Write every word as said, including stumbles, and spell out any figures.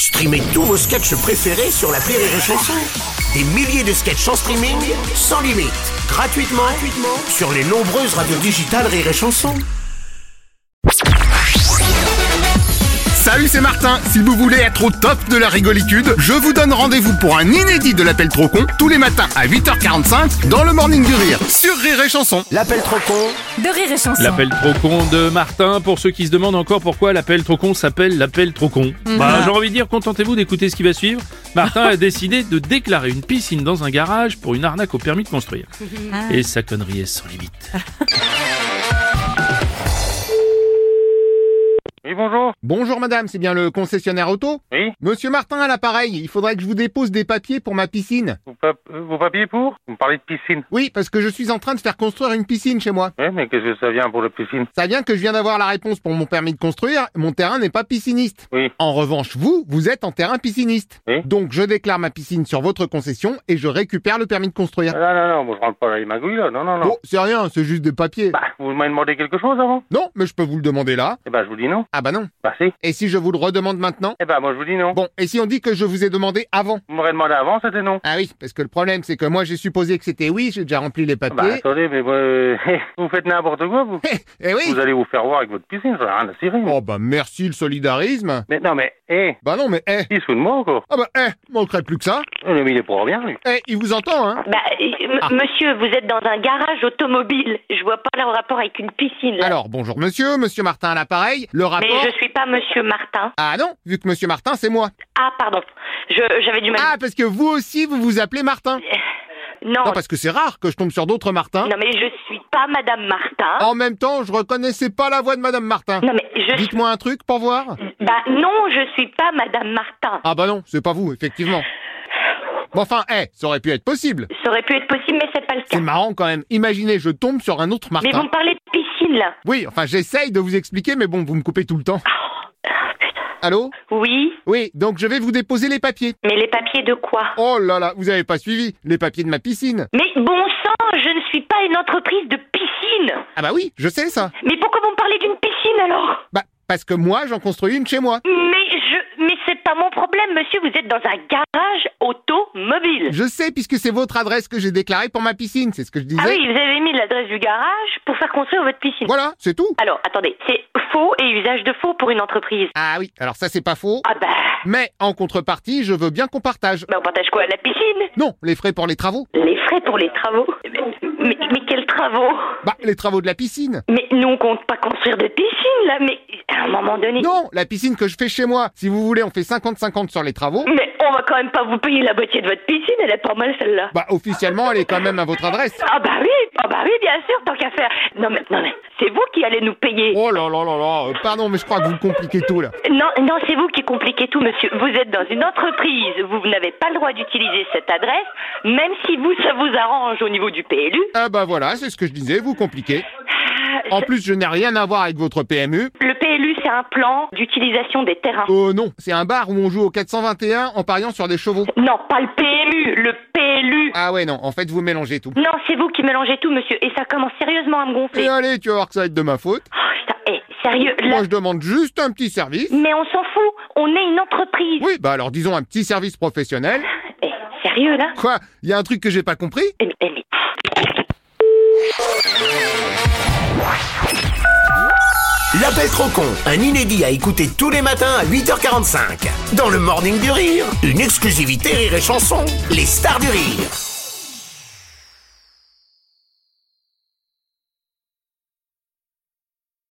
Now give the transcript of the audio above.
Streamez tous vos sketchs préférés sur l'appli Rire et Chanson. Des milliers de sketchs en streaming, sans limite, gratuitement, gratuitement sur les nombreuses radios digitales Rire et Chanson. Salut, c'est Martin. Si vous voulez être au top de la rigolitude, je vous donne rendez-vous pour un inédit de l'appel trop con tous les matins à huit heures quarante-cinq dans le Morning du Rire sur Rire et Chanson. L'appel trop con de Rire et Chanson. L'appel trop con de Martin, pour ceux qui se demandent encore pourquoi l'appel trop con s'appelle l'appel trop con. Mmh. Bah, j'ai envie de dire, contentez-vous d'écouter ce qui va suivre. Martin a décidé de déclarer une piscine dans un garage pour une arnaque au permis de construire. Ah. Et sa connerie est sans limite. Oui, bonjour. Bonjour madame, c'est bien le concessionnaire auto ? Oui. Monsieur Martin à l'appareil, il faudrait que je vous dépose des papiers pour ma piscine. Vos, pap- vos papiers pour ? Vous me parlez de piscine. Oui, parce que je suis en train de faire construire une piscine chez moi. Oui, mais qu'est-ce que ça vient pour la piscine ? Ça vient que je viens d'avoir la réponse pour mon permis de construire, mon terrain n'est pas pisciniste. Oui. En revanche, vous, vous êtes en terrain pisciniste. Oui. Donc je déclare ma piscine sur votre concession et je récupère le permis de construire. Non, non, non, moi je rentre pas dans les magouilles là, non, non, non. Oh, c'est rien, c'est juste des papiers. Bah, vous m'avez demandé quelque chose avant ? Non, mais je peux vous le demander là. Eh ben, je vous dis non. Ah bah non. Bah si. Et si je vous le redemande maintenant ? Eh ben, moi je vous dis non. Bon, et si on dit que je vous ai demandé avant ? Vous m'aurez demandé avant, c'était non. Ah oui, parce que le problème c'est que moi j'ai supposé que c'était oui, j'ai déjà rempli les Bah, papiers. attendez, mais euh, vous faites n'importe quoi, vous. Eh oui. Vous allez vous faire voir avec votre piscine, j'en ai rien à cirer. Oh bah merci le solidarisme. Mais non, mais, eh, Bah non mais eh. il se fout de moi encore. Ah bah eh, manquerait plus que ça. Le mis il est pour rien, lui. Eh, il vous entend hein. Bah, euh, m- Ah. monsieur, vous êtes dans un garage automobile. Je vois pas le rapport avec une piscine. Là. Alors bonjour monsieur, monsieur Martin à l'appareil, le rapport... Mais je suis pas monsieur Martin. Ah non, vu que monsieur Martin c'est moi. Ah, pardon. Je, j'avais du mal. Ah parce que vous aussi vous vous appelez Martin. non. Non parce que c'est rare que je tombe sur d'autres Martins. Non, mais je suis pas Madame Martin. En même temps, je reconnaissais pas la voix de madame Martin. Non, mais je. Dites-moi un truc pour voir. Bah, non, je suis pas Madame Martin. Ah bah non, c'est pas vous, effectivement. Bon enfin, eh, ça aurait pu être possible. Ça aurait pu être possible, mais c'est pas le cas. C'est marrant quand même. Imaginez, je tombe sur un autre Mais Martin. vous me parlez de piscine, là. Oui, enfin j'essaye de vous expliquer, mais bon, vous me coupez tout le temps. Allô ? Oui, Oui, donc je vais vous déposer les papiers. mais les papiers de quoi ? Oh là là, vous avez pas suivi les papiers de ma piscine. Mais bon sang, je ne suis pas une entreprise de piscine. Ah bah oui, je sais ça. Mais pourquoi vous me parlez d'une piscine, alors ? Bah, parce que moi, j'en construis une chez moi. Mais je, mais c'est pas mon problème, monsieur. Vous êtes dans un garage automobile. Je sais, puisque c'est votre adresse que j'ai déclarée pour ma piscine, c'est ce que je disais. Ah oui, vous avez mis l'adresse du garage pour faire construire votre piscine. Voilà, c'est tout. Alors, attendez, c'est faux et usage de faux pour une entreprise. Ah oui, alors ça c'est pas faux. Ah bah, Mais en contrepartie, je veux bien qu'on partage. bah on partage quoi, la piscine ? Non, les frais pour les travaux. Les frais pour les travaux. Mais, mais, mais quels travaux ? Bah, les travaux de la piscine. Mais nous, on compte pas construire de piscine, là, mais à un moment donné... Non, la piscine que je fais chez moi. Si vous voulez, on fait cinquante cinquante sur les travaux. Mais on va quand même pas vous payer la moitié de votre piscine, elle est pas mal celle-là. Bah, officiellement, elle est quand même à votre adresse. Ah bah oui, ah bah oui, bien sûr, tant qu'à faire. Non mais, non mais, c'est vous qui allez nous payer. Oh là là là là, euh, pardon, mais je crois que vous compliquez tout là. Non, non, c'est vous qui compliquez tout, monsieur. Vous êtes dans une entreprise, vous n'avez pas le droit d'utiliser cette adresse, même si vous, ça vous arrange au niveau du P L U. Ah bah voilà, c'est ce que je disais, vous compliquez. En plus, je n'ai rien à voir avec votre P M U. Le P L U, c'est un plan d'utilisation des terrains. Oh non, c'est un bar où on joue au quatre cent vingt et un en pariant sur des chevaux. Non, pas le P M U, le P L U. Ah ouais, non, en fait, vous mélangez tout. Non, c'est vous qui mélangez tout, monsieur, et ça commence sérieusement à me gonfler. Et allez, tu vas voir que ça va être de ma faute. Oh, putain, eh, sérieux, là... Moi, je demande juste un petit service. Mais on s'en fout, on est une entreprise. Oui, bah alors disons un petit service professionnel. Eh, sérieux, là? Quoi ? Il y a un truc que j'ai pas compris ? Eh, mais- eh, mais... L'appel trop con, un inédit à écouter tous les matins à huit heures quarante-cinq. Dans le Morning du Rire, une exclusivité Rire et Chanson, les stars du rire.